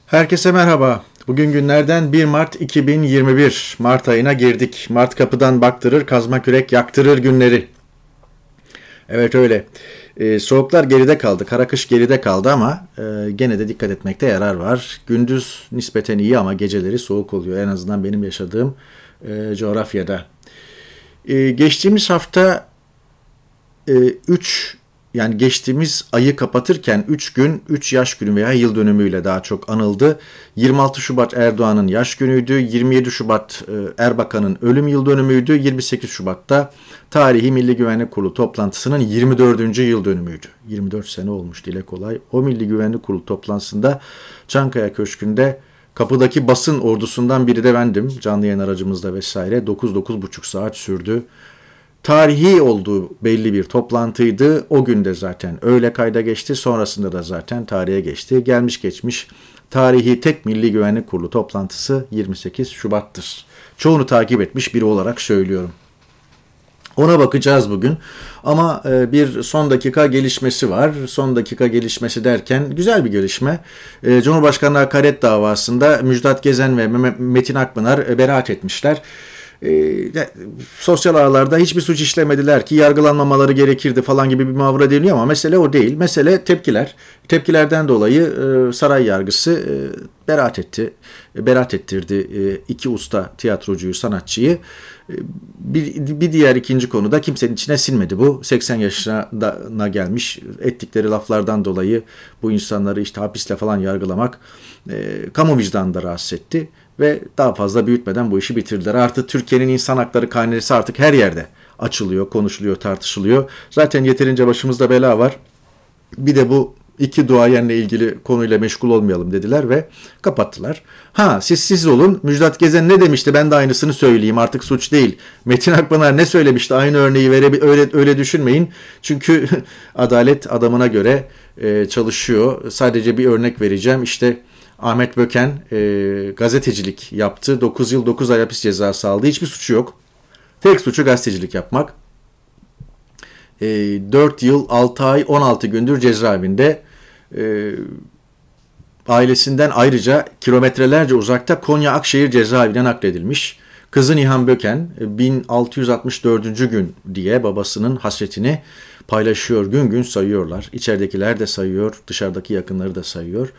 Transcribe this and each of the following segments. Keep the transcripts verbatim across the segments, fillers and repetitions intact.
Herkese merhaba. Bugün günlerden bir Mart iki bin yirmi bir. Mart ayına girdik. Mart kapıdan baktırır, kazma kürek yaktırır günleri. Evet öyle. Ee, soğuklar geride kaldı, kara kış geride kaldı ama e, gene de dikkat etmekte yarar var. Gündüz nispeten iyi ama geceleri soğuk oluyor. En azından benim yaşadığım e, coğrafyada. E, geçtiğimiz hafta üç yani geçtiğimiz ayı kapatırken üç gün üç yaş günü veya yıl dönümüyle daha çok anıldı. yirmi altı Şubat Erdoğan'ın yaş günüydü. yirmi yedi Şubat Erbakan'ın ölüm yıl dönümüydü. yirmi sekiz Şubat'ta Tarihi Milli Güvenlik Kurulu toplantısının yirmi dördüncü yıl dönümüydü. yirmi dört sene olmuş dile kolay. O Milli Güvenlik Kurulu toplantısında Çankaya Köşkü'nde kapıdaki basın ordusundan biri de bendim. Canlı yayın aracımızda vesaire. dokuz dokuz buçuk saat sürdü. Tarihi olduğu belli bir toplantıydı. O gün de zaten öyle kayda geçti. Sonrasında da zaten tarihe geçti. Gelmiş geçmiş tarihi tek Milli Güvenlik Kurulu toplantısı yirmi sekiz Şubat'tır. Çoğunu takip etmiş biri olarak söylüyorum. Ona bakacağız bugün. Ama bir son dakika gelişmesi var. Son dakika gelişmesi derken güzel bir gelişme. Cumhurbaşkanlığı hakaret davasında Müjdat Gezen ve Metin Akpınar beraat etmişler. E, sosyal ağlarda hiçbir suç işlemediler ki yargılanmamaları gerekirdi falan gibi bir mavra deniyor ama mesele o değil. Mesele tepkiler. Tepkilerden dolayı e, saray yargısı e, beraat etti. E, beraat ettirdi e, iki usta tiyatrocuyu, sanatçıyı. E, bir, bir diğer ikinci konuda kimsenin içine sinmedi bu. seksen yaşına gelmiş ettikleri laflardan dolayı bu insanları işte hapisle falan yargılamak e, kamu vicdanını da rahatsız etti. Ve daha fazla büyütmeden bu işi bitirdiler. Artık Türkiye'nin insan hakları karnesi artık her yerde açılıyor, konuşuluyor, tartışılıyor. Zaten yeterince başımızda bela var. Bir de bu iki duayenle ilgili konuyla meşgul olmayalım dediler ve kapattılar. Ha siz siz olun. Müjdat Gezen ne demişti? Ben de aynısını söyleyeyim. Artık suç değil. Metin Akpınar ne söylemişti? Aynı örneği verebilir. Öyle öyle düşünmeyin. Çünkü adalet adamına göre e, çalışıyor. Sadece bir örnek vereceğim. İşte Ahmet Böken e, gazetecilik yaptı. dokuz yıl dokuz ay hapis cezası aldı. Hiçbir suçu yok. Tek suçu gazetecilik yapmak. E, dört yıl altı ay on altı gündür cezaevinde. E, ailesinden ayrıca kilometrelerce uzakta Konya Akşehir cezaevine nakledilmiş. Kızı Nihan Böken bin altı yüz altmış dördüncü gün diye babasının hasretini paylaşıyor. Gün gün sayıyorlar. İçeridekiler de sayıyor. Dışarıdaki yakınları da sayıyor.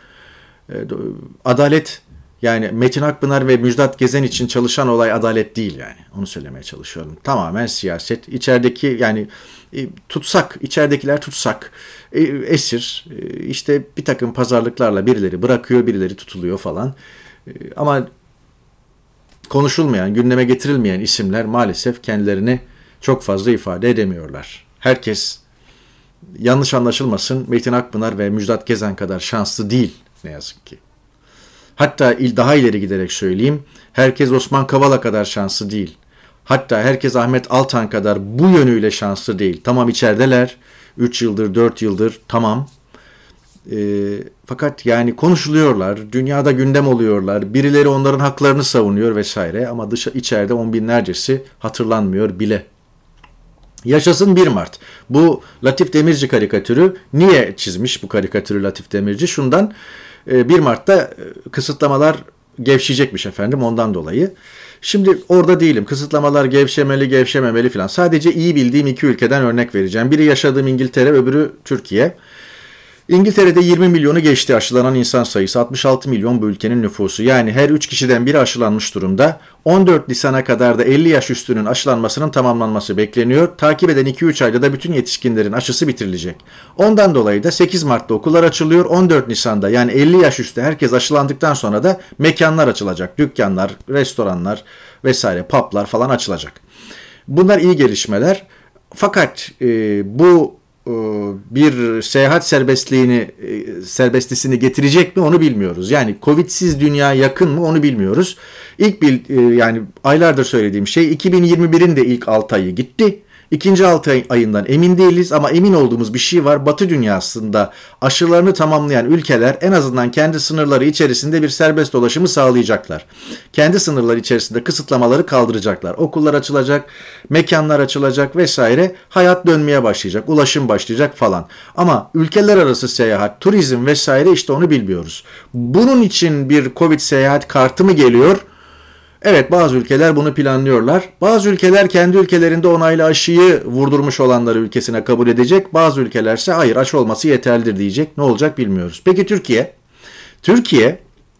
Adalet yani Metin Akpınar ve Müjdat Gezen için çalışan olay adalet değil yani. Onu söylemeye çalışıyorum. Tamamen siyaset. İçerideki yani tutsak, içeridekiler tutsak, esir, işte bir takım pazarlıklarla birileri bırakıyor, birileri tutuluyor falan. Ama konuşulmayan, gündeme getirilmeyen isimler maalesef kendilerini çok fazla ifade edemiyorlar. Herkes yanlış anlaşılmasın Metin Akpınar ve Müjdat Gezen kadar şanslı değil. Ne yazık ki. Hatta daha ileri giderek söyleyeyim. Herkes Osman Kavala kadar şanslı değil. Hatta herkes Ahmet Altan kadar bu yönüyle şanslı değil. Tamam içerideler. üç yıldır, dört yıldır tamam. E, fakat yani konuşuluyorlar. Dünyada gündem oluyorlar. Birileri onların haklarını savunuyor vesaire. Ama dışa, içeride on binlercesi hatırlanmıyor bile. Yaşasın bir Mart. Bu Latif Demirci karikatürü niye çizmiş bu karikatürü Latif Demirci? Şundan bir Mart'ta kısıtlamalar gevşeyecekmiş efendim ondan dolayı. Şimdi orada değilim. Kısıtlamalar gevşemeli, gevşememeli falan. Sadece iyi bildiğim iki ülkeden örnek vereceğim. Biri yaşadığım İngiltere, öbürü Türkiye. İngiltere'de yirmi milyonu geçti aşılanan insan sayısı. altmış altı milyon bu ülkenin nüfusu. Yani her üç kişiden biri aşılanmış durumda. on dört Nisan'a kadar da elli yaş üstünün aşılanmasının tamamlanması bekleniyor. Takip eden iki üç ayda da bütün yetişkinlerin aşısı bitirilecek. Ondan dolayı da sekiz Mart'ta okullar açılıyor. on dört Nisan'da yani elli yaş üstü herkes aşılandıktan sonra da mekanlar açılacak. Dükkanlar, restoranlar vesaire, publar falan açılacak. Bunlar iyi gelişmeler. Fakat e, bu bir seyahat serbestliğini serbestlisini getirecek mi onu bilmiyoruz. Yani Covid'siz dünya yakın mı onu bilmiyoruz. İlk bil, yani aylardır söylediğim şey iki bin yirmi birin de ilk altı ayı gitti. İkinci altı ay- ayından emin değiliz ama emin olduğumuz bir şey var. Batı dünyasında aşılarını tamamlayan ülkeler en azından kendi sınırları içerisinde bir serbest dolaşımı sağlayacaklar. Kendi sınırları içerisinde kısıtlamaları kaldıracaklar. Okullar açılacak, mekanlar açılacak vesaire. Hayat dönmeye başlayacak, ulaşım başlayacak falan. Ama ülkeler arası seyahat, turizm vesaire işte onu bilmiyoruz. Bunun için bir Covid seyahat kartı mı geliyor? Evet, bazı ülkeler bunu planlıyorlar. Bazı ülkeler kendi ülkelerinde onaylı aşıyı vurdurmuş olanları ülkesine kabul edecek. Bazı ülkelerse hayır, aşı olması yeterlidir diyecek. Ne olacak bilmiyoruz. Peki Türkiye? Türkiye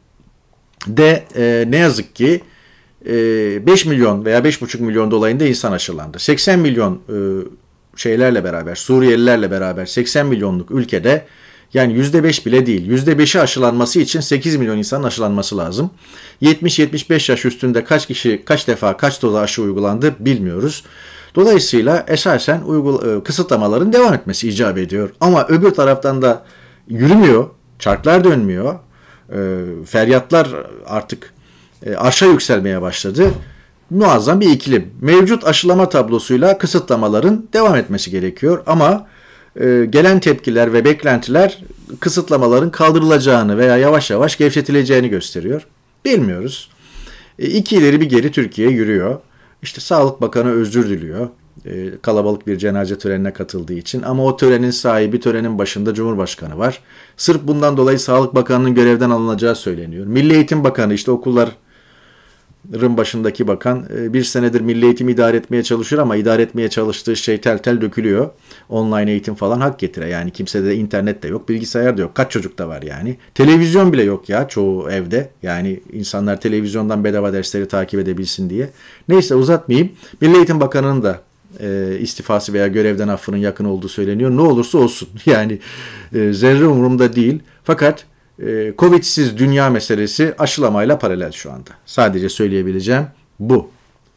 de e, ne yazık ki e, beş milyon veya beş buçuk milyon dolayında insan aşılandı. seksen milyon e, şeylerle beraber, Suriyelilerle beraber seksen milyonluk ülkede, yani yüzde beş bile değil, yüzde beşi aşılanması için sekiz milyon insanın aşılanması lazım. yetmiş yetmiş beş yaş üstünde kaç kişi, kaç defa, kaç doz aşı uygulandı bilmiyoruz. Dolayısıyla esasen uygul- kısıtlamaların devam etmesi icap ediyor. Ama öbür taraftan da yürümüyor, çarklar dönmüyor, feryatlar artık arşa yükselmeye başladı. Muazzam bir iklim. Mevcut aşılama tablosuyla kısıtlamaların devam etmesi gerekiyor ama e, gelen tepkiler ve beklentiler kısıtlamaların kaldırılacağını veya yavaş yavaş gevşetileceğini gösteriyor. Bilmiyoruz. E, iki ileri bir geri Türkiye yürüyor. İşte Sağlık Bakanı özür diliyor. E, kalabalık bir cenaze törenine katıldığı için. Ama o törenin sahibi, törenin başında Cumhurbaşkanı var. Sırf bundan dolayı Sağlık Bakanı'nın görevden alınacağı söyleniyor. Milli Eğitim Bakanı, işte okullar Rın başındaki bakan bir senedir milli eğitim idare etmeye çalışıyor ama idare etmeye çalıştığı şey tel tel dökülüyor. Online eğitim falan hak getire. Yani kimsede de internet de yok, bilgisayar da yok. Kaç çocuk da var yani. Televizyon bile yok ya çoğu evde. Yani insanlar televizyondan bedava dersleri takip edebilsin diye. Neyse, uzatmayayım. Milli Eğitim Bakanı'nın da e, istifası veya görevden affının yakın olduğu söyleniyor. Ne olursa olsun. Yani e, zerre umurumda değil. Fakat Covid'siz dünya meselesi aşılamayla paralel şu anda. Sadece söyleyebileceğim bu.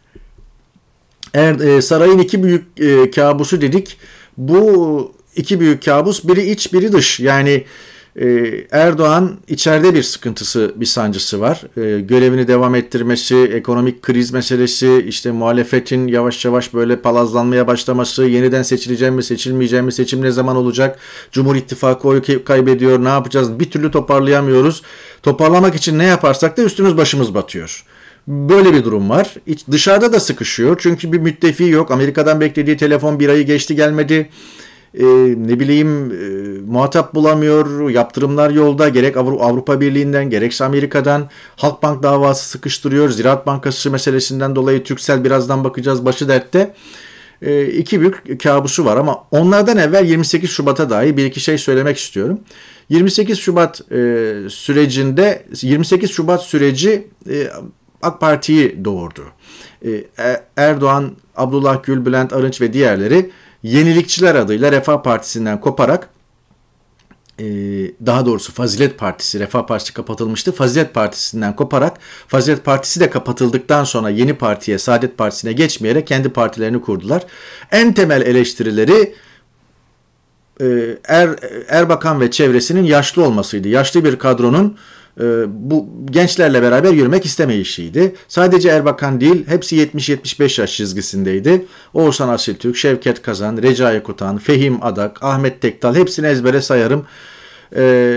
Er, e, sarayın iki büyük e, kabusu dedik. Bu iki büyük kabus, biri iç biri dış. Yani e, Erdoğan içeride bir sıkıntısı, bir sancısı var. E, görevini devam ettirmesi, ekonomik kriz meselesi, işte muhalefetin yavaş yavaş böyle palazlanmaya başlaması, yeniden seçileceğim mi, seçilmeyeceğim mi, seçim ne zaman olacak, Cumhur İttifakı oy kaybediyor, ne yapacağız, bir türlü toparlayamıyoruz. Toparlamak için ne yaparsak da üstümüz başımız batıyor. Böyle bir durum var. İç, dışarıda da sıkışıyor çünkü bir müttefiği yok. Amerika'dan beklediği telefon bir ayı geçti gelmedi. Ee, ne bileyim e, muhatap bulamıyor, yaptırımlar yolda, gerek Avrupa Birliği'nden gerekse Amerika'dan. Halkbank davası sıkıştırıyor, Ziraat Bankası meselesinden dolayı Turkcell, birazdan bakacağız, başı dertte. Ee, iki büyük kabusu var ama onlardan evvel yirmi sekiz Şubat'a dair bir iki şey söylemek istiyorum. yirmi sekiz Şubat e, sürecinde yirmi sekiz Şubat süreci e, AK Parti'yi doğurdu. E, Erdoğan, Abdullah Gül, Bülent Arınç ve diğerleri Yenilikçiler adıyla Refah Partisi'nden koparak, daha doğrusu Fazilet Partisi, Refah Partisi kapatılmıştı. Fazilet Partisi'nden koparak, Fazilet Partisi de kapatıldıktan sonra yeni partiye, Saadet Partisi'ne geçmeyerek kendi partilerini kurdular. En temel eleştirileri Er, Erbakan ve çevresinin yaşlı olmasıydı. Yaşlı bir kadronun bu gençlerle beraber yürümek istemeyişiydi. Sadece Erbakan değil, hepsi yetmiş yetmiş beş yaş çizgisindeydi. Oğuzhan Asiltürk, Şevket Kazan, Recai Kutan, Fehim Adak, Ahmet Tekdal, hepsini ezbere sayarım. Ee,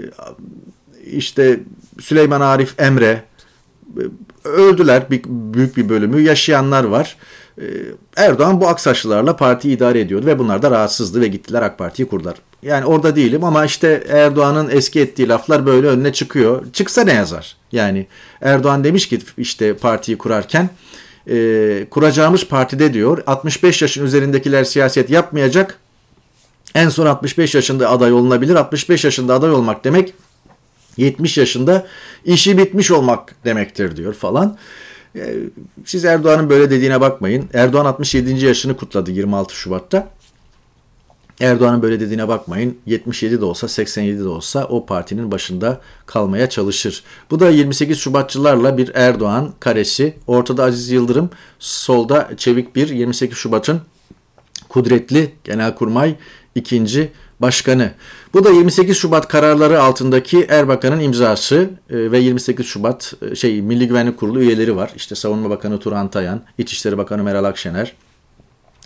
işte Süleyman Arif Emre, öldüler, bir, büyük bir bölümü. Yaşayanlar var. Ee, Erdoğan bu aksaçlılarla partiyi idare ediyordu ve bunlar da rahatsızdı ve gittiler AK Parti'yi kurdular. Yani orada değilim ama işte Erdoğan'ın eski ettiği laflar böyle önüne çıkıyor. Çıksa ne yazar? Yani Erdoğan demiş ki işte partiyi kurarken e, kuracağımız partide diyor altmış beş yaşın üzerindekiler siyaset yapmayacak. En son altmış beş yaşında aday olunabilir. altmış beş yaşında aday olmak demek yetmiş yaşında işi bitmiş olmak demektir diyor falan. Siz Erdoğan'ın böyle dediğine bakmayın. Erdoğan altmış yedinci yaşını kutladı yirmi altı Şubat'ta. Erdoğan'ın böyle dediğine bakmayın. yetmiş yedi de olsa, seksen yedi de olsa o partinin başında kalmaya çalışır. Bu da yirmi sekiz Şubatçılarla bir Erdoğan karesi. Ortada Aziz Yıldırım, solda Çevik bir yirmi sekiz Şubat'ın kudretli Genelkurmay ikinci Başkanı. Bu da yirmi sekiz Şubat kararları altındaki Erbakan'ın imzası ve yirmi sekiz Şubat şey Milli Güvenlik Kurulu üyeleri var. İşte Savunma Bakanı Turan Tayan, İçişleri Bakanı Meral Akşener,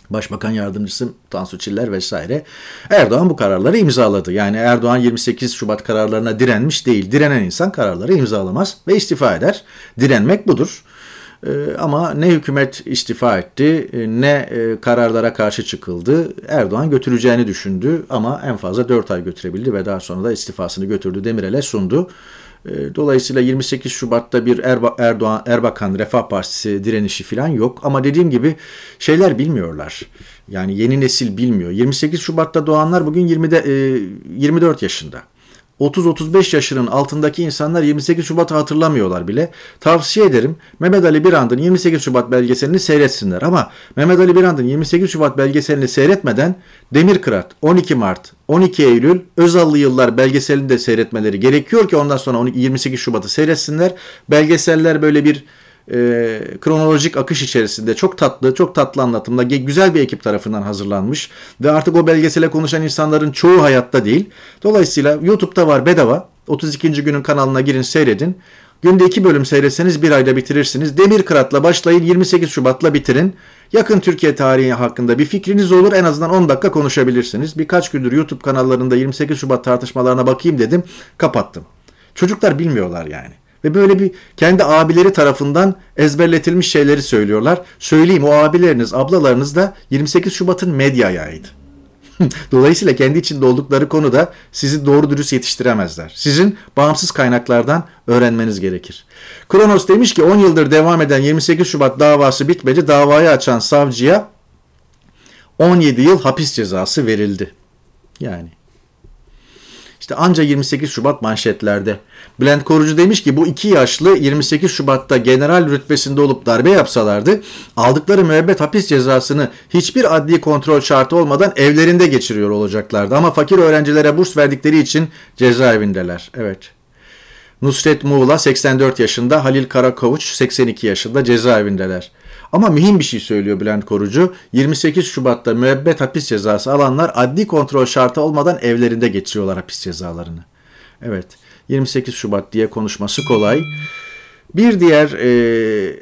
Başbakan Yardımcısı Tansu Çiller vesaire. Erdoğan bu kararları imzaladı. Yani Erdoğan yirmi sekiz Şubat kararlarına direnmiş değil. Direnen insan kararları imzalamaz ve istifa eder. Direnmek budur. Ee, ama ne hükümet istifa etti, ne e, kararlara karşı çıkıldı. Erdoğan götüreceğini düşündü ama en fazla dört ay götürebildi ve daha sonra da istifasını götürdü, Demirel'e sundu. Dolayısıyla yirmi sekiz Şubat'ta bir Erba- Erdoğan, Erbakan, Refah Partisi direnişi falan yok. Ama dediğim gibi şeyler bilmiyorlar. Yani yeni nesil bilmiyor. yirmi sekiz Şubat'ta doğanlar bugün yirmide, yirmi dört yaşında. otuz otuz beş yaşının altındaki insanlar yirmi sekiz Şubat'ı hatırlamıyorlar bile. Tavsiye ederim Mehmet Ali Birand'ın yirmi sekiz Şubat belgeselini seyretsinler. Ama Mehmet Ali Birand'ın yirmi sekiz Şubat belgeselini seyretmeden Demirkırat, on iki Mart, on iki Eylül, Özallı Yıllar belgeselini de seyretmeleri gerekiyor ki ondan sonra yirmi sekiz Şubat'ı seyretsinler. Belgeseller böyle bir e, kronolojik akış içerisinde çok tatlı, çok tatlı anlatımla güzel bir ekip tarafından hazırlanmış ve artık o belgesele konuşan insanların çoğu hayatta değil. Dolayısıyla YouTube'da var bedava. otuz ikinci günün kanalına girin, seyredin. Günde iki bölüm seyretseniz bir ayda bitirirsiniz. Demirkırat'la başlayın, yirmi sekiz Şubat'la bitirin. Yakın Türkiye tarihi hakkında bir fikriniz olur. En azından on dakika konuşabilirsiniz. Birkaç gündür YouTube kanallarında yirmi sekiz Şubat tartışmalarına bakayım dedim. Kapattım. Çocuklar bilmiyorlar yani. Ve böyle bir kendi abileri tarafından ezberletilmiş şeyleri söylüyorlar. Söyleyeyim, o abileriniz, ablalarınız da yirmi sekiz Şubat'ın medya ayağıydı. Dolayısıyla kendi içinde oldukları konuda sizi doğru dürüst yetiştiremezler. Sizin bağımsız kaynaklardan öğrenmeniz gerekir. Kronos demiş ki on yıldır devam eden yirmi sekiz Şubat davası bitmedi. Davayı açan savcıya on yedi yıl hapis cezası verildi. Yani İşte anca yirmi sekiz Şubat manşetlerde. Bülent Korucu demiş ki bu iki yaşlı yirmi sekiz Şubat'ta general rütbesinde olup darbe yapsalardı aldıkları müebbet hapis cezasını hiçbir adli kontrol şartı olmadan evlerinde geçiriyor olacaklardı. Ama fakir öğrencilere burs verdikleri için cezaevindeler. Evet. Nusret Muğla seksen dört yaşında, Halil Karakovuç seksen iki yaşında cezaevindeler. Ama mühim bir şey söylüyor Bülent Korucu. yirmi sekiz Şubat'ta müebbet hapis cezası alanlar adli kontrol şartı olmadan evlerinde geçiriyorlar hapis cezalarını. Evet, yirmi sekiz Şubat diye konuşması kolay. Bir diğer e,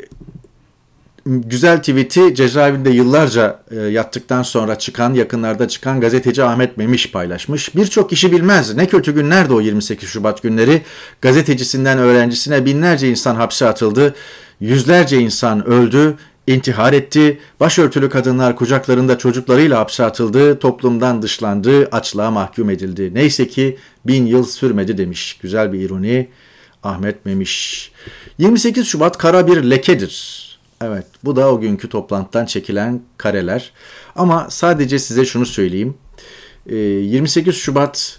güzel tweet'i cezaevinde yıllarca e, yattıktan sonra çıkan, yakınlarda çıkan gazeteci Ahmet Memiş paylaşmış. Birçok kişi bilmez ne kötü günlerdi o yirmi sekiz Şubat günleri. Gazetecisinden öğrencisine binlerce insan hapse atıldı. Yüzlerce insan öldü, intihar etti. Başörtülü kadınlar kucaklarında çocuklarıyla hapse atıldı. Toplumdan dışlandı, açlığa mahkum edildi. Neyse ki bin yıl sürmedi demiş. Güzel bir ironi Ahmet Memiş. yirmi sekiz Şubat kara bir lekedir. Evet, bu da o günkü toplantıdan çekilen kareler. Ama sadece size şunu söyleyeyim. yirmi sekiz Şubat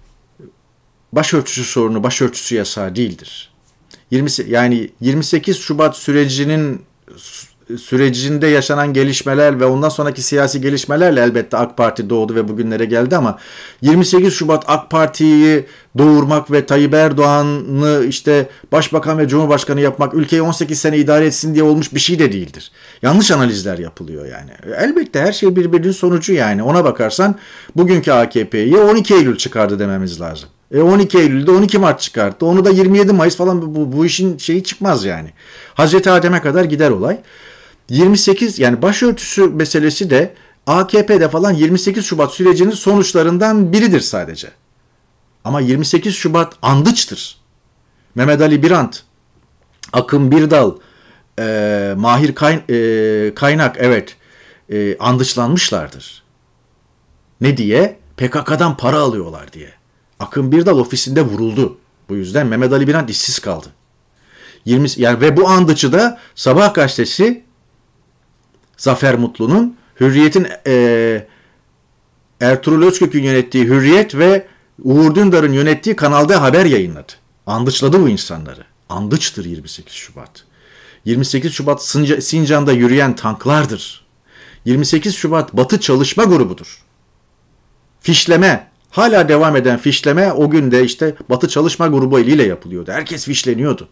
başörtüsü sorunu, başörtüsü yasağı değildir. yirmi, yani yirmi sekiz Şubat sürecinin sürecinde yaşanan gelişmeler ve ondan sonraki siyasi gelişmelerle elbette AK Parti doğdu ve bugünlere geldi ama yirmi sekiz Şubat AK Parti'yi doğurmak ve Tayyip Erdoğan'ı işte başbakan ve cumhurbaşkanı yapmak, ülkeyi on sekiz sene idare etsin diye olmuş bir şey de değildir. Yanlış analizler yapılıyor yani. Elbette her şey birbirinin sonucu yani. Ona bakarsan bugünkü A K P'yi on iki Eylül çıkardı dememiz lazım. E on iki Eylül'de on iki Mart çıkarttı. Onu da yirmi yedi Mayıs falan bu, bu işin şeyi çıkmaz yani. Hazreti Adem'e kadar gider olay. yirmi sekiz yani başörtüsü meselesi de A K P'de falan yirmi sekiz Şubat sürecinin sonuçlarından biridir sadece. Ama yirmi sekiz Şubat andıçtır. Mehmet Ali Birand, Akın Birdal, e, Mahir Kayn, e, Kaynak evet e, andıçlanmışlardır. Ne diye? P K K'dan para alıyorlar diye. Akın Birdal ofisinde vuruldu. Bu yüzden Mehmet Ali Birand işsiz kaldı. yirmi yani ve bu andıçı da Sabah gazetesi Zafer Mutlu'nun, Hürriyet'in e, Ertuğrul Özkök'ün yönettiği Hürriyet ve Uğur Dündar'ın yönettiği kanalda haber yayınladı. Andıçladı bu insanları. Andıçtır yirmi sekiz Şubat. yirmi sekiz Şubat Sincan'da yürüyen tanklardır. yirmi sekiz Şubat Batı Çalışma Grubu'dur. Fişleme, hala devam eden fişleme o gün de işte Batı Çalışma Grubu eliyle yapılıyordu. Herkes fişleniyordu.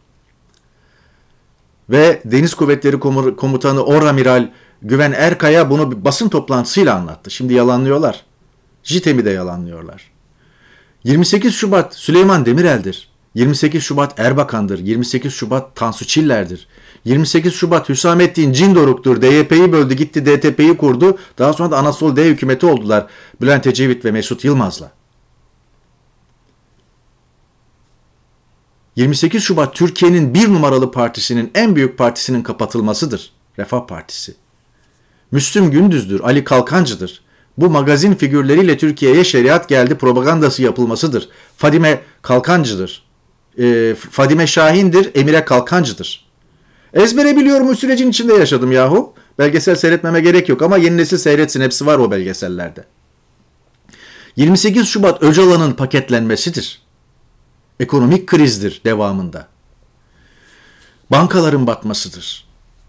Ve Deniz Kuvvetleri Komutanı Oramiral Güven Erkaya bunu bir basın toplantısıyla anlattı. Şimdi yalanlıyorlar. JITEM'i de yalanlıyorlar. yirmi sekiz Şubat Süleyman Demirel'dir. yirmi sekiz Şubat Erbakan'dır. yirmi sekiz Şubat Tansu Çiller'dir. yirmi sekiz Şubat Hüsamettin Cindoruk'tur. D Y P'yi böldü, gitti D T P'yi kurdu. Daha sonra da Anadolu D hükümeti oldular Bülent Ecevit ve Mesut Yılmaz'la. yirmi sekiz Şubat Türkiye'nin bir numaralı partisinin, en büyük partisinin kapatılmasıdır. Refah Partisi. Müslüm Gündüz'dür, Ali Kalkancı'dır. Bu magazin figürleriyle Türkiye'ye şeriat geldi propagandası yapılmasıdır. Fadime Kalkancı'dır. E, Fadime Şahin'dir, Emire Kalkancı'dır. Ezbere biliyorum, o sürecin içinde yaşadım yahu. Belgesel seyretmeme gerek yok ama yeni nesil seyretsin, hepsi var o belgesellerde. yirmi sekiz Şubat Öcalan'ın paketlenmesidir. Ekonomik krizdir devamında. Bankaların batmasıdır.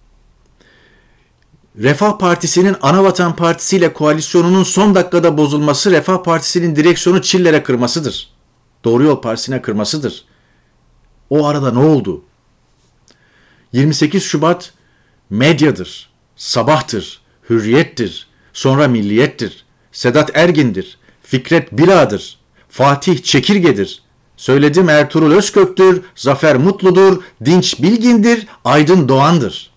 Refah Partisi'nin Anavatan Partisi ile koalisyonunun son dakikada bozulması, Refah Partisi'nin direksiyonu Çiller'e kırmasıdır. Doğru Yol Partisi'ne kırmasıdır. O arada ne oldu? yirmi sekiz Şubat medyadır, sabahtır, hürriyettir, sonra milliyettir, Sedat Ergin'dir, Fikret Bila'dır, Fatih Çekirge'dir, söyledim Ertuğrul Özkök'tür, Zafer Mutlu'dur, Dinç Bilgin'dir, Aydın Doğan'dır.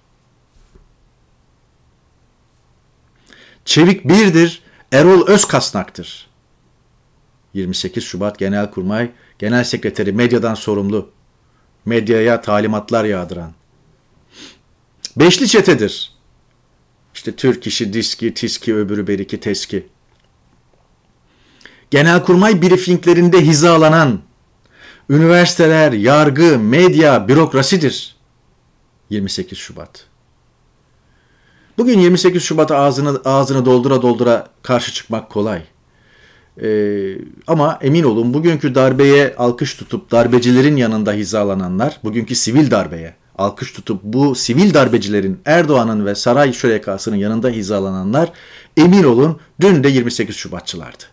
Çevik Bir'dir, Erol Özkasnak'tır. yirmi sekiz Şubat Genelkurmay Genel Sekreteri, medyadan sorumlu, medyaya talimatlar yağdıran. Beşli çetedir. İşte Türk işi, Diski, Tiski, öbürü Beriki, Teski. Genelkurmay briefinglerinde hizalanan üniversiteler, yargı, medya, bürokrasidir. yirmi sekiz Şubat. Bugün yirmi sekiz Şubat'a ağzını, ağzını doldura doldura karşı çıkmak kolay. Ee, ama emin olun, bugünkü darbeye alkış tutup darbecilerin yanında hizalananlar, bugünkü sivil darbeye alkış tutup bu sivil darbecilerin, Erdoğan'ın ve saray şürekasının yanında hizalananlar, emin olun dün de yirmi sekiz Şubatçılardı.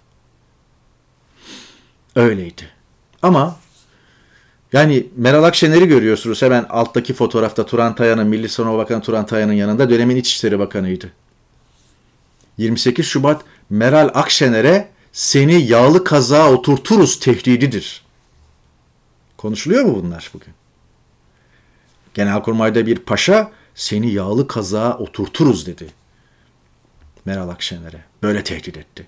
Öyleydi. Ama yani Meral Akşener'i görüyorsunuz hemen alttaki fotoğrafta, Turan Tayan'ın, Milli Savunma Bakanı Turan Tayan'ın yanında, dönemin İçişleri Bakanı'ydı. yirmi sekiz Şubat Meral Akşener'e seni yağlı kazağa oturturuz tehdididir. Konuşuluyor mu bunlar bugün? Genelkurmay'da bir paşa seni yağlı kazağa oturturuz dedi Meral Akşener'e. Böyle tehdit etti.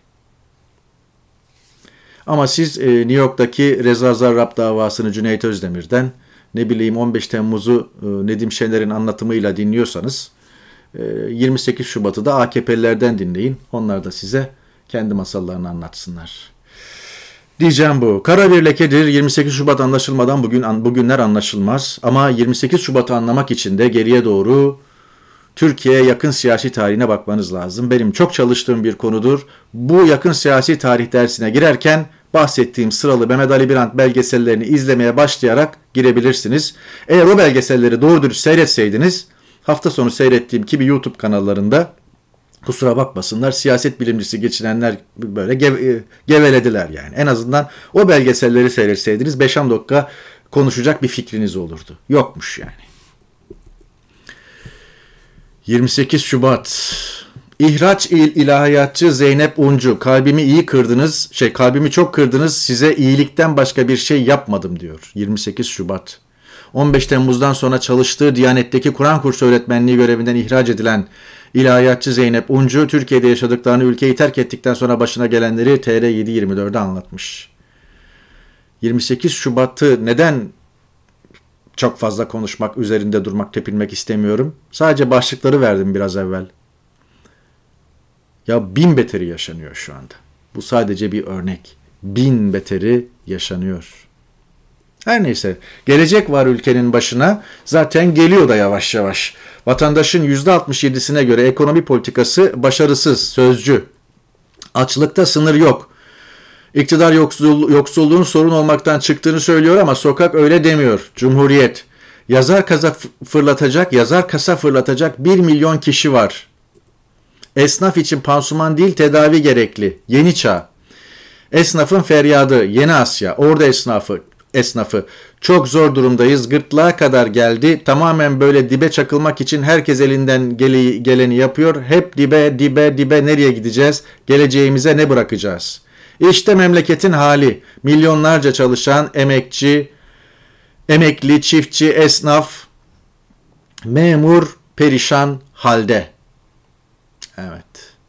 Ama siz e, New York'taki Reza Zarrab davasını Cüneyt Özdemir'den, ne bileyim on beş Temmuz'u e, Nedim Şener'in anlatımıyla dinliyorsanız, e, yirmi sekiz Şubat'ı da A K P'lilerden dinleyin. Onlar da size kendi masallarını anlatsınlar. Diyeceğim bu. Kara bir lekedir. yirmi sekiz Şubat anlaşılmadan bugün bugünler anlaşılmaz. Ama yirmi sekiz Şubat'ı anlamak için de geriye doğru Türkiye'ye yakın siyasi tarihine bakmanız lazım. Benim çok çalıştığım bir konudur. Bu yakın siyasi tarih dersine girerken bahsettiğim sıralı Mehmet Ali Birant belgesellerini izlemeye başlayarak girebilirsiniz. Eğer o belgeselleri doğru dürüst seyretseydiniz, hafta sonu seyrettiğim gibi YouTube kanallarında, kusura bakmasınlar, siyaset bilimcisi geçinenler böyle geve, gevelediler yani. En azından o belgeselleri seyretseydiniz beş on dakika konuşacak bir fikriniz olurdu. Yokmuş yani. yirmi sekiz Şubat. İhraç il ilahiyatçı Zeynep Uncu, kalbimi iyi kırdınız, şey kalbimi çok kırdınız, size iyilikten başka bir şey yapmadım diyor. yirmi sekiz Şubat. on beş Temmuz'dan sonra çalıştığı Diyanet'teki Kur'an kursu öğretmenliği görevinden ihraç edilen ilahiyatçı Zeynep Uncu, Türkiye'de yaşadıklarını, ülkeyi terk ettikten sonra başına gelenleri T R yedi yirmi dört'e anlatmış. yirmi sekiz Şubat'ı neden çok fazla konuşmak, üzerinde durmak, tepinmek istemiyorum? Sadece başlıkları verdim biraz evvel. Ya bin beteri yaşanıyor şu anda. Bu sadece bir örnek. Bin beteri yaşanıyor. Her neyse, gelecek var ülkenin başına, zaten geliyor da yavaş yavaş. Vatandaşın yüzde altmış yedi'sine göre ekonomi politikası başarısız, sözcü. Açlıkta sınır yok. İktidar yoksul, yoksulluğun sorun olmaktan çıktığını söylüyor ama sokak öyle demiyor. Cumhuriyet. Yazar kasa fırlatacak, yazar kasa fırlatacak bir milyon kişi var. Esnaf için pansuman değil, tedavi gerekli. Yeni çağ. Esnafın feryadı, Yeni Asya, orada esnafı, esnafı. Çok zor durumdayız, gırtlağa kadar geldi. Tamamen böyle dibe çakılmak için herkes elinden gele, geleni yapıyor. Hep dibe, dibe, dibe, nereye gideceğiz? Geleceğimize ne bırakacağız? İşte memleketin hali. Milyonlarca çalışan emekçi, Emekli, çiftçi, esnaf, memur perişan halde. Evet.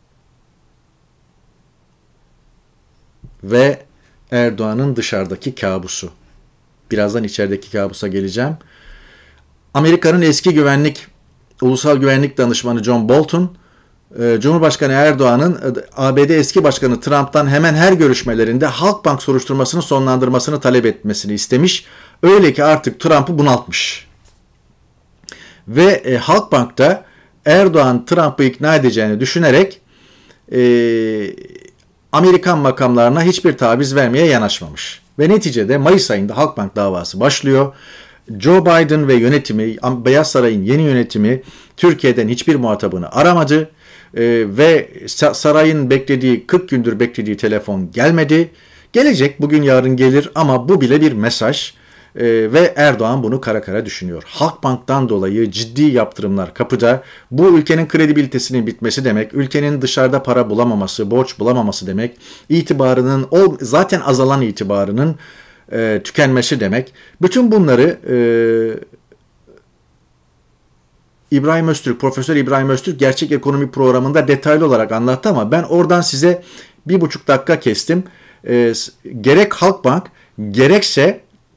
Ve Erdoğan'ın dışarıdaki kabusu. Birazdan içerideki kabusa geleceğim. Amerika'nın eski güvenlik, ulusal güvenlik danışmanı John Bolton, Cumhurbaşkanı Erdoğan'ın A B D eski başkanı Trump'tan hemen her görüşmelerinde Halkbank soruşturmasını sonlandırmasını talep etmesini istemiş. Öyle ki artık Trump'ı bunaltmış. Ve e, Halkbank'ta Erdoğan Trump'ı ikna edeceğini düşünerek e, Amerikan makamlarına hiçbir taviz vermeye yanaşmamış. Ve neticede Mayıs ayında Halkbank davası başlıyor. Joe Biden ve yönetimi, Beyaz Saray'ın yeni yönetimi Türkiye'den hiçbir muhatabını aramadı. Ee, ve sarayın beklediği, kırk gündür beklediği telefon gelmedi. Gelecek, bugün yarın gelir ama bu bile bir mesaj. Ee, ve Erdoğan bunu kara kara düşünüyor. Halkbank'tan dolayı ciddi yaptırımlar kapıda. Bu ülkenin kredibilitesinin bitmesi demek, ülkenin dışarıda para bulamaması, borç bulamaması demek, itibarının, o zaten azalan itibarının e, tükenmesi demek. Bütün bunları e, İbrahim Öztürk, Profesör İbrahim Öztürk Gerçek Ekonomi programında detaylı olarak anlattı ama ben oradan size bir buçuk dakika kestim. E, gerek Halkbank, gerekse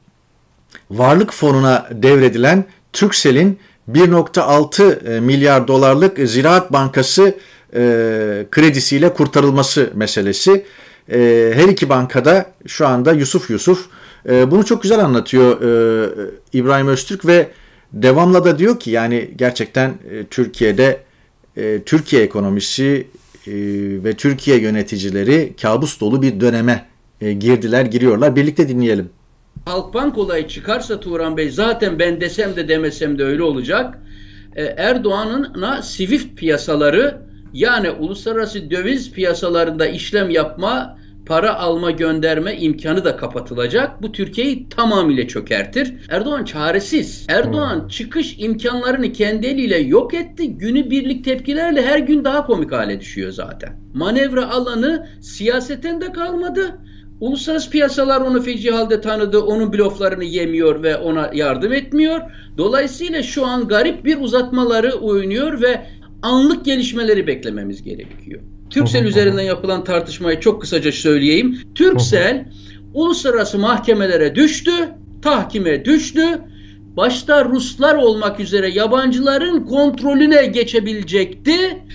Varlık Fonu'na devredilen Turkcell'in bir nokta altı milyar dolarlık Ziraat Bankası e, kredisiyle kurtarılması meselesi. E, her iki bankada şu anda Yusuf Yusuf. E, bunu çok güzel anlatıyor e, İbrahim Öztürk ve devamla da diyor ki yani gerçekten e, Türkiye'de e, Türkiye ekonomisi e, ve Türkiye yöneticileri kabus dolu bir döneme e, girdiler, giriyorlar. Birlikte dinleyelim. Halkbank olayı çıkarsa Turan Bey, zaten ben desem de demesem de öyle olacak. Ee, Erdoğan'ın Swift piyasaları, yani uluslararası döviz piyasalarında işlem yapma, para alma gönderme imkanı da kapatılacak. Bu Türkiye'yi tamamıyla çökertir. Erdoğan çaresiz. Erdoğan çıkış imkanlarını kendi eliyle yok etti. Günübirlik tepkilerle her gün daha komik hale düşüyor zaten. Manevra alanı siyaseten de kalmadı. Uluslararası piyasalar onu feci halde tanıdı, onun bloflarını yemiyor ve ona yardım etmiyor. Dolayısıyla şu an garip bir uzatmaları oynuyor ve anlık gelişmeleri beklememiz gerekiyor. Turkcell üzerinden yapılan tartışmayı çok kısaca söyleyeyim. Turkcell uluslararası mahkemelere düştü, tahkime düştü. Başta Ruslar olmak üzere yabancıların kontrolüne geçebilecekti.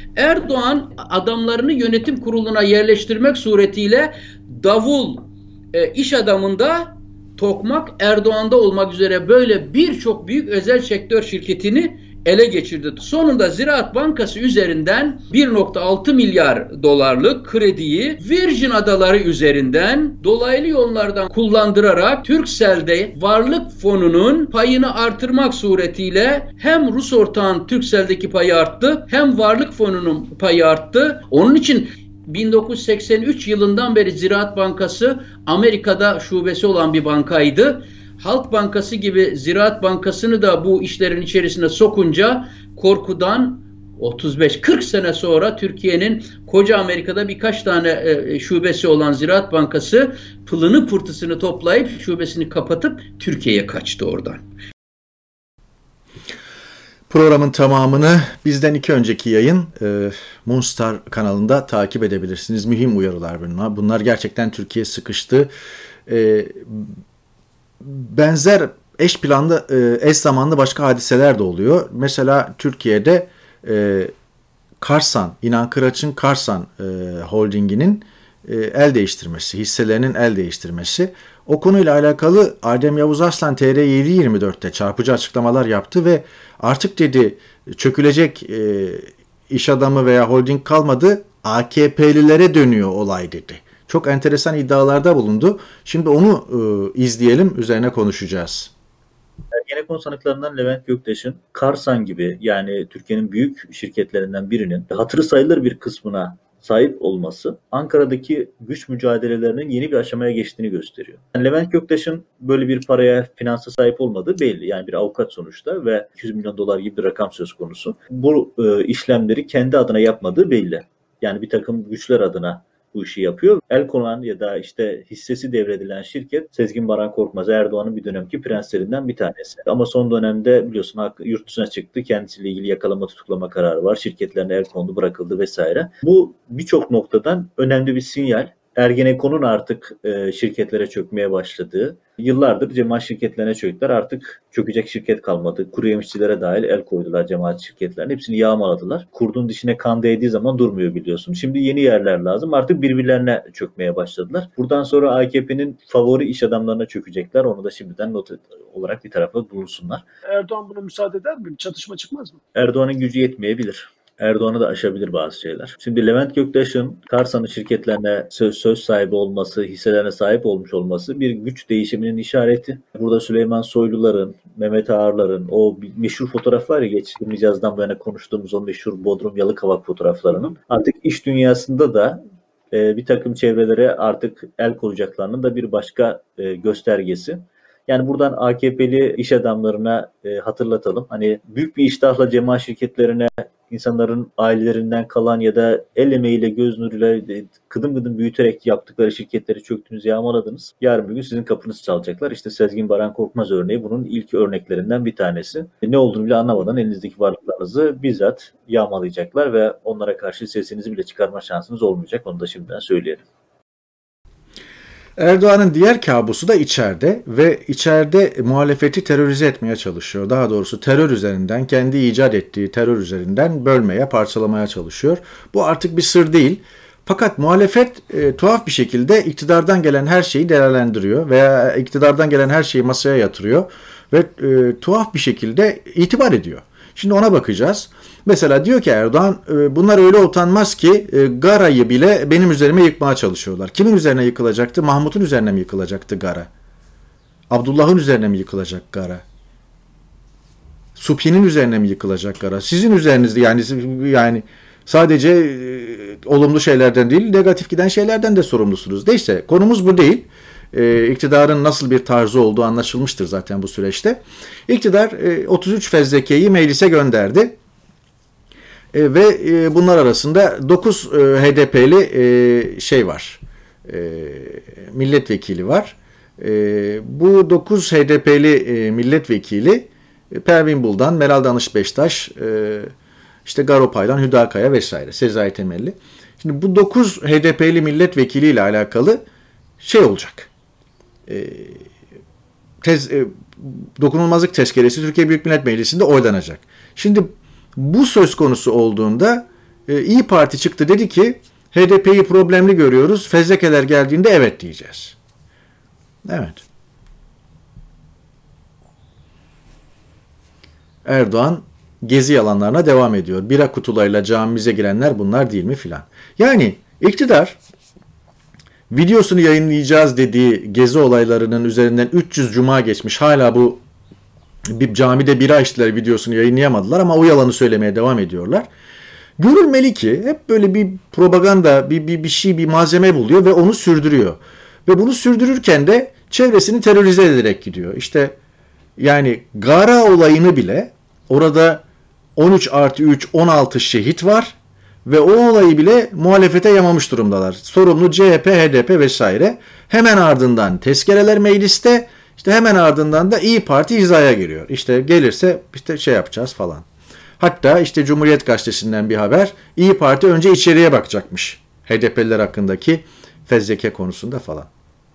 Erdoğan adamlarını yönetim kuruluna yerleştirmek suretiyle davul e, iş adamında, tokmak Erdoğan'da olmak üzere böyle birçok büyük özel sektör şirketini ele geçirdi. Sonunda Ziraat Bankası üzerinden bir nokta altı milyar dolarlık krediyi Virgin Adaları üzerinden dolaylı yollardan kullandırarak Turkcell'de Varlık Fonu'nun payını artırmak suretiyle hem Rus ortağın Turkcell'deki payı arttı, hem Varlık Fonu'nun payı arttı. Onun için bin dokuz yüz seksen üç yılından beri Ziraat Bankası Amerika'da şubesi olan bir bankaydı. Halk Bankası gibi Ziraat Bankası'nı da bu işlerin içerisine sokunca korkudan otuz beş kırk sene sonra Türkiye'nin koca Amerika'da birkaç tane e, şubesi olan Ziraat Bankası pılını pırtısını toplayıp şubesini kapatıp Türkiye'ye kaçtı oradan. Programın tamamını bizden iki önceki yayın e, Moonstar kanalında takip edebilirsiniz. Mühim uyarılar bunlar. Bunlar gerçekten Türkiye sıkıştı. E, benzer eş planlı, e, eş zamanlı başka hadiseler de oluyor. Mesela Türkiye'de e, Karsan, İnan Kıraç'ın Karsan e, Holding'inin e, el değiştirmesi, hisselerinin el değiştirmesi. O konuyla alakalı Adem Yavuz Arslan T R yedi yirmi dörtte çarpıcı açıklamalar yaptı ve artık dedi çökülecek e, iş adamı veya holding kalmadı, A K P'lilere dönüyor olay dedi. Çok enteresan iddialarda bulundu. Şimdi onu e, izleyelim, üzerine konuşacağız. Ergenekon sanıklarından Levent Göktaş'ın Karsan gibi, yani Türkiye'nin büyük şirketlerinden birinin hatırı sayılır bir kısmına sahip olması Ankara'daki güç mücadelelerinin yeni bir aşamaya geçtiğini gösteriyor. Yani Levent Göktaş'ın böyle bir paraya, finansa sahip olmadığı belli. Yani bir avukat sonuçta ve iki yüz milyon dolar gibi bir rakam söz konusu. Bu e, işlemleri kendi adına yapmadığı belli. Yani bir takım güçler adına bu işi yapıyor. El konan ya da işte hissesi devredilen şirket Sezgin Baran Korkmaz, Erdoğan'ın bir dönemki prenslerinden bir tanesi. Ama son dönemde biliyorsun yurt dışına çıktı. Kendisiyle ilgili yakalama tutuklama kararı var. Şirketlerine el kondu, bırakıldı vesaire. Bu birçok noktadan önemli bir sinyal. Ergenekon'un artık e, şirketlere çökmeye başladığı, yıllardır cemaat şirketlerine çöktüler. Artık çökecek şirket kalmadı. Kuru yemişçilere dahil el koydular cemaat şirketlerine. Hepsini yağmaladılar. Kurdun dişine kan değdiği zaman durmuyor biliyorsun. Şimdi yeni yerler lazım. Artık birbirlerine çökmeye başladılar. Buradan sonra A K P'nin favori iş adamlarına çökecekler. Onu da şimdiden not olarak bir tarafa bulunsunlar. Erdoğan buna müsaade eder mi? Çatışma çıkmaz mı? Erdoğan'ın gücü yetmeyebilir. Erdoğan'ı da aşabilir bazı şeyler. Şimdi Levent Göktaş'ın Karsan'ın şirketlerine söz, söz sahibi olması, hisselerine sahip olmuş olması bir güç değişiminin işareti. Burada Süleyman Soyluların, Mehmet Ağarların o meşhur fotoğraf var ya, geçtiğimiz yazdan bu yana konuştuğumuz o meşhur Bodrum Yalıkavak fotoğraflarının artık iş dünyasında da e, bir takım çevrelere artık el koyacaklarının da bir başka e, göstergesi. Yani buradan A K P'li iş adamlarına e, hatırlatalım. Hani büyük bir iştahla cemaat şirketlerine insanların ailelerinden kalan ya da el emeğiyle, göz nuruyla kıdım kıdım büyüterek yaptıkları şirketleri çöktünüz, yağmaladınız. Yarın bir gün sizin kapınızı çalacaklar. İşte Sezgin Baran Korkmaz örneği bunun ilk örneklerinden bir tanesi. Ne olduğunu bile anlamadan elinizdeki varlıklarınızı bizzat yağmalayacaklar ve onlara karşı sesinizi bile çıkarma şansınız olmayacak. Onu da şimdiden söyleyelim. Erdoğan'ın diğer kabusu da içeride ve içeride muhalefeti terörize etmeye çalışıyor. Daha doğrusu terör üzerinden, kendi icat ettiği terör üzerinden bölmeye, parçalamaya çalışıyor. Bu artık bir sır değil. Fakat muhalefet e, tuhaf bir şekilde iktidardan gelen her şeyi değerlendiriyor veya iktidardan gelen her şeyi masaya yatırıyor ve e, tuhaf bir şekilde itibar ediyor. Şimdi ona bakacağız. Mesela diyor ki Erdoğan, bunlar öyle utanmaz ki Gara'yı bile benim üzerime yıkmaya çalışıyorlar. Kimin üzerine yıkılacaktı? Mahmut'un üzerine mi yıkılacaktı Gara? Abdullah'ın üzerine mi yıkılacak Gara? Subhi'nin üzerine mi yıkılacak Gara? Sizin üzerinizde, yani yani sadece e, olumlu şeylerden değil, negatif giden şeylerden de sorumlusunuz. Neyse, konumuz bu değil. E, iktidarın nasıl bir tarzı olduğu anlaşılmıştır zaten bu süreçte. İktidar e, otuz üç fezlekeyi meclise gönderdi. E, ve e, bunlar arasında dokuz e, H D P'li e, şey var. E, milletvekili var. E, bu dokuz H D P'li e, milletvekili e, Pervin Buldan, Meral Danış Beştaş, e, işte Garo Paylan, Hüdakaya vesaire, Sezai Temelli. Şimdi bu dokuz H D P'li milletvekili ile alakalı şey olacak. E, tez, e, dokunulmazlık tezkeresi Türkiye Büyük Millet Meclisi'nde oylanacak. Şimdi bu söz konusu olduğunda e, İyi Parti çıktı, dedi ki H D P'yi problemli görüyoruz. Fezlekeler geldiğinde evet diyeceğiz. Evet. Erdoğan gezi yalanlarına devam ediyor. Bira kutularıyla camimize girenler bunlar değil mi filan. Yani iktidar videosunu yayınlayacağız dediği gezi olaylarının üzerinden üç yüz cuma geçmiş. Hala bu bir camide bira içtiler videosunu yayınlayamadılar ama o yalanı söylemeye devam ediyorlar. Görülmeli ki hep böyle bir propaganda, bir, bir, bir şey, bir malzeme buluyor ve onu sürdürüyor. Ve bunu sürdürürken de çevresini terörize ederek gidiyor. İşte yani Gara olayını bile, orada on üç artı üç on altı şehit var ve o olayı bile muhalefete yamamış durumdalar. Sorumlu C H P, H D P vesaire. Hemen ardından tezkereler mecliste, işte hemen ardından da İyi Parti hizaya giriyor. İşte gelirse işte şey yapacağız falan. Hatta işte Cumhuriyet Gazetesi'nden bir haber. İyi Parti önce içeriye bakacakmış H D P'liler hakkındaki fezleke konusunda falan.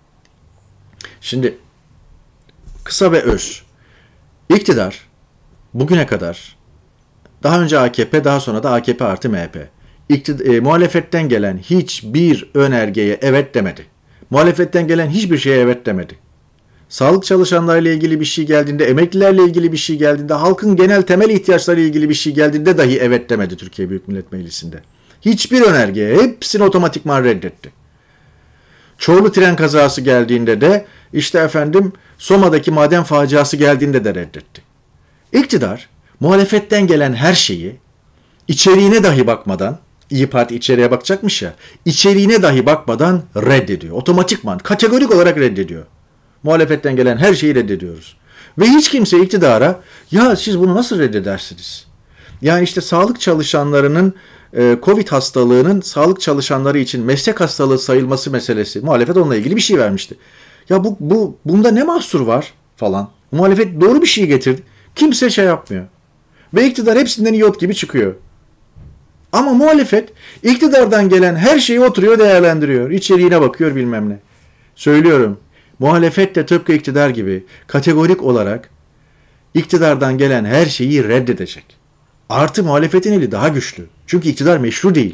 Şimdi kısa ve öz. İktidar bugüne kadar, daha önce A K P, daha sonra da A K P artı M H P, İktid- e, muhalefetten gelen hiçbir önergeye evet demedi. Muhalefetten gelen hiçbir şeye evet demedi. Sağlık çalışanlarıyla ilgili bir şey geldiğinde, emeklilerle ilgili bir şey geldiğinde, halkın genel temel ihtiyaçları ile ilgili bir şey geldiğinde dahi evet demedi Türkiye Büyük Millet Meclisi'nde. Hiçbir önergeye, hepsini otomatikman reddetti. Çorlu tren kazası geldiğinde de, işte efendim Soma'daki maden faciası geldiğinde de reddetti. İktidar muhalefetten gelen her şeyi içeriğine dahi bakmadan, İyi Parti içeriye bakacakmış ya, içeriğine dahi bakmadan reddediyor. Otomatikman, kategorik olarak reddediyor. Muhalefetten gelen her şeyi reddediyoruz. Ve hiç kimse iktidara, ya siz bunu nasıl reddedersiniz? Yani işte sağlık çalışanlarının e, Covid hastalığının sağlık çalışanları için meslek hastalığı sayılması meselesi. Muhalefet onunla ilgili bir şey vermişti. Ya bu, bu bunda ne mahsur var falan. Muhalefet doğru bir şey getirdi. Kimse şey yapmıyor. Ve iktidar hepsinden iot gibi çıkıyor. Ama muhalefet iktidardan gelen her şeyi oturuyor değerlendiriyor. İçeriğine bakıyor bilmem ne. Söylüyorum. Muhalefet de tıpkı iktidar gibi kategorik olarak iktidardan gelen her şeyi reddedecek. Artı muhalefetin eli daha güçlü. Çünkü iktidar meşru değil.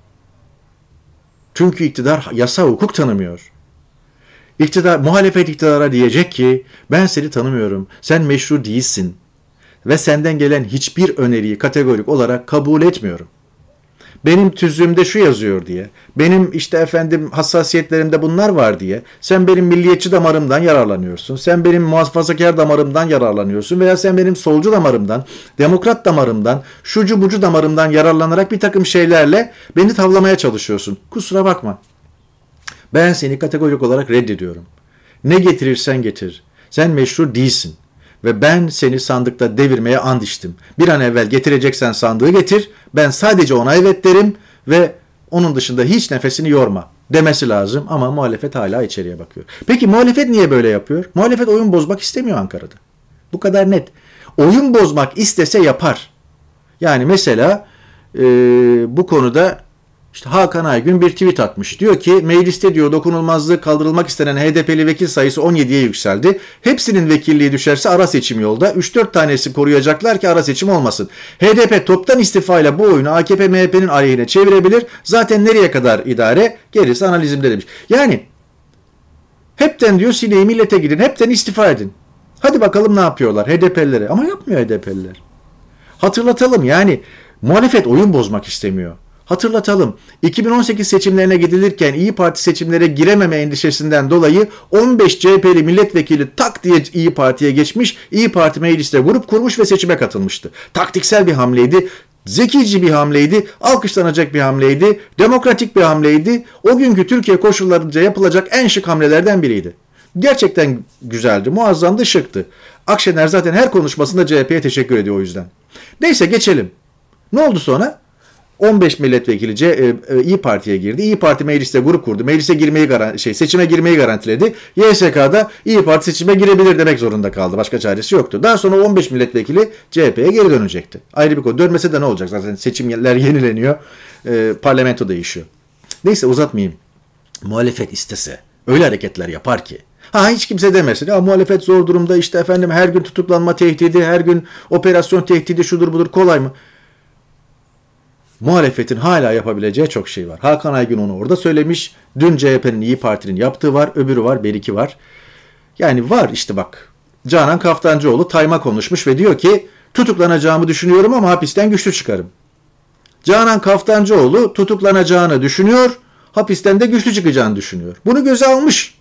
Çünkü iktidar yasa hukuk tanımıyor. İktidar, muhalefet iktidara diyecek ki ben seni tanımıyorum. Sen meşru değilsin. Ve senden gelen hiçbir öneriyi kategorik olarak kabul etmiyorum. Benim tüzüğümde şu yazıyor diye, benim işte efendim hassasiyetlerimde bunlar var diye, sen benim milliyetçi damarımdan yararlanıyorsun, sen benim muhafazakar damarımdan yararlanıyorsun veya sen benim solcu damarımdan, demokrat damarımdan, şucu bucu damarımdan yararlanarak bir takım şeylerle beni tavlamaya çalışıyorsun. Kusura bakma. Ben seni kategorik olarak reddediyorum. Ne getirirsen getir. Sen meşru değilsin. Ve ben seni sandıkta devirmeye and içtim. Bir an evvel getireceksen sandığı getir. Ben sadece ona evet derim ve onun dışında hiç nefesini yorma demesi lazım. Ama muhalefet hala içeriye bakıyor. Peki muhalefet niye böyle yapıyor? Muhalefet oyun bozmak istemiyor Ankara'da. Bu kadar net. Oyun bozmak istese yapar. Yani mesela e, bu konuda İşte Hakan Aygün bir tweet atmış. Diyor ki mecliste diyor dokunulmazlığı kaldırılmak istenen H D P'li vekil sayısı on yediye yükseldi. Hepsinin vekilliği düşerse ara seçim yolda. üç dört tanesi koruyacaklar ki ara seçim olmasın. H D P toptan istifayla bu oyunu A K P M H P'nin aleyhine çevirebilir. Zaten nereye kadar idare? Gerisi analizimde demiş. Yani hepten diyor sineği millete gidin. Hepten istifa edin. Hadi bakalım ne yapıyorlar H D P'lileri. Ama yapmıyor H D P'liler. Hatırlatalım yani muhalefet oyun bozmak istemiyor. Hatırlatalım. iki bin on sekiz seçimlerine gidilirken İyi Parti seçimlere girememe endişesinden dolayı on beş C H P'li milletvekili tak diye İyi Parti'ye geçmiş, İyi Parti mecliste grup kurmuş ve seçime katılmıştı. Taktiksel bir hamleydi, zekice bir hamleydi, alkışlanacak bir hamleydi, demokratik bir hamleydi. O günkü Türkiye koşullarınca yapılacak en şık hamlelerden biriydi. Gerçekten güzeldi, muazzamdı, şıktı. Akşener zaten her konuşmasında C H P'ye teşekkür ediyor o yüzden. Neyse geçelim. Ne oldu sonra? on beş milletvekili C, e, e, İyi Parti'ye girdi. İyi Parti mecliste grup kurdu. Meclise girmeyi garan, şey seçime girmeyi garantiledi. Y S K'da İyi Parti seçime girebilir demek zorunda kaldı. Başka çaresi yoktu. Daha sonra on beş milletvekili C H P'ye geri dönecekti. Ayrı bir konu. Dönmese de ne olacak? Zaten seçimler yenileniyor. E, parlamento değişiyor. Neyse uzatmayayım. Muhalefet istese öyle hareketler yapar ki. Ha hiç kimse demesin. Ya muhalefet zor durumda işte efendim her gün tutuklanma tehdidi, her gün operasyon tehdidi şudur budur kolay mı? Muhalefetin hala yapabileceği çok şey var. Hakan Aygün onu orada söylemiş. Dün C H P'nin İyi Parti'nin yaptığı var. Öbürü var. Beriki var. Yani var işte bak. Canan Kaftancıoğlu Time'a konuşmuş ve diyor ki tutuklanacağımı düşünüyorum ama hapisten güçlü çıkarım. Canan Kaftancıoğlu tutuklanacağını düşünüyor. Hapisten de güçlü çıkacağını düşünüyor. Bunu göze almış.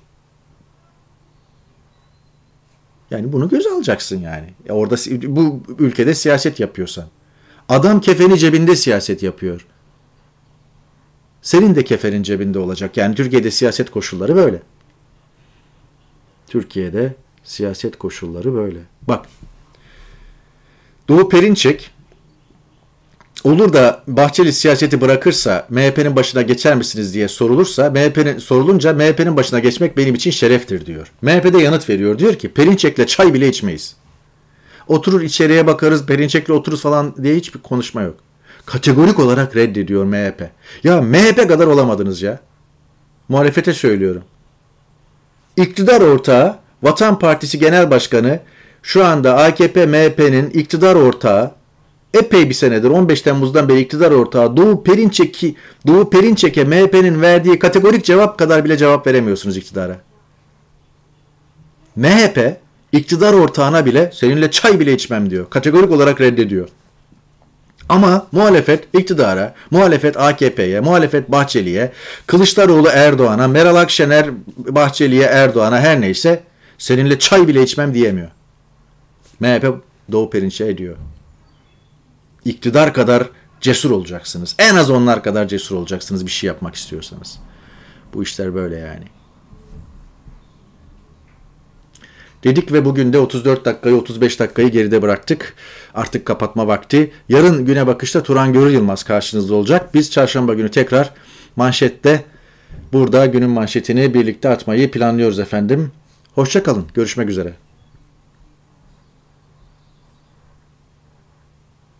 Yani bunu göze alacaksın yani. Ya orada bu ülkede siyaset yapıyorsan. Adam kefeni cebinde siyaset yapıyor. Senin de kefenin cebinde olacak. Yani Türkiye'de siyaset koşulları böyle. Türkiye'de siyaset koşulları böyle. Bak. Doğu Perinçek olur da Bahçeli siyaseti bırakırsa M H P'nin başına geçer misiniz diye sorulursa M H P'nin sorulunca M H P'nin başına geçmek benim için şereftir diyor. M H P'de yanıt veriyor. Diyor ki Perinçek'le çay bile içmeyiz. Oturur içeriye bakarız, Perinçek'le otururuz falan diye hiçbir konuşma yok. Kategorik olarak reddediyor M H P. Ya M H P kadar olamadınız ya. Muhalefete söylüyorum. İktidar ortağı, Vatan Partisi Genel Başkanı, şu anda A K P M H P'nin iktidar ortağı, epey bir senedir on beş Temmuz'dan beri iktidar ortağı Doğu Perinçek'i, Doğu Perinçek'e M H P'nin verdiği kategorik cevap kadar bile cevap veremiyorsunuz iktidara. M H P iktidar ortağına bile seninle çay bile içmem diyor. Kategorik olarak reddediyor. Ama muhalefet iktidara, muhalefet A K P'ye, muhalefet Bahçeli'ye, Kılıçdaroğlu Erdoğan'a, Meral Akşener Bahçeli'ye, Erdoğan'a her neyse seninle çay bile içmem diyemiyor. M H P Doğu Perinçek'e diyor. İktidar kadar cesur olacaksınız. En az onlar kadar cesur olacaksınız bir şey yapmak istiyorsanız. Bu işler böyle yani. dedik ve bugün de otuz dört dakikayı otuz beş dakikayı geride bıraktık. Artık kapatma vakti. Yarın Güne Bakış'ta Turan Görür Yılmaz karşınızda olacak. Biz çarşamba günü tekrar manşette burada günün manşetini birlikte atmayı planlıyoruz efendim. Hoşça kalın. Görüşmek üzere.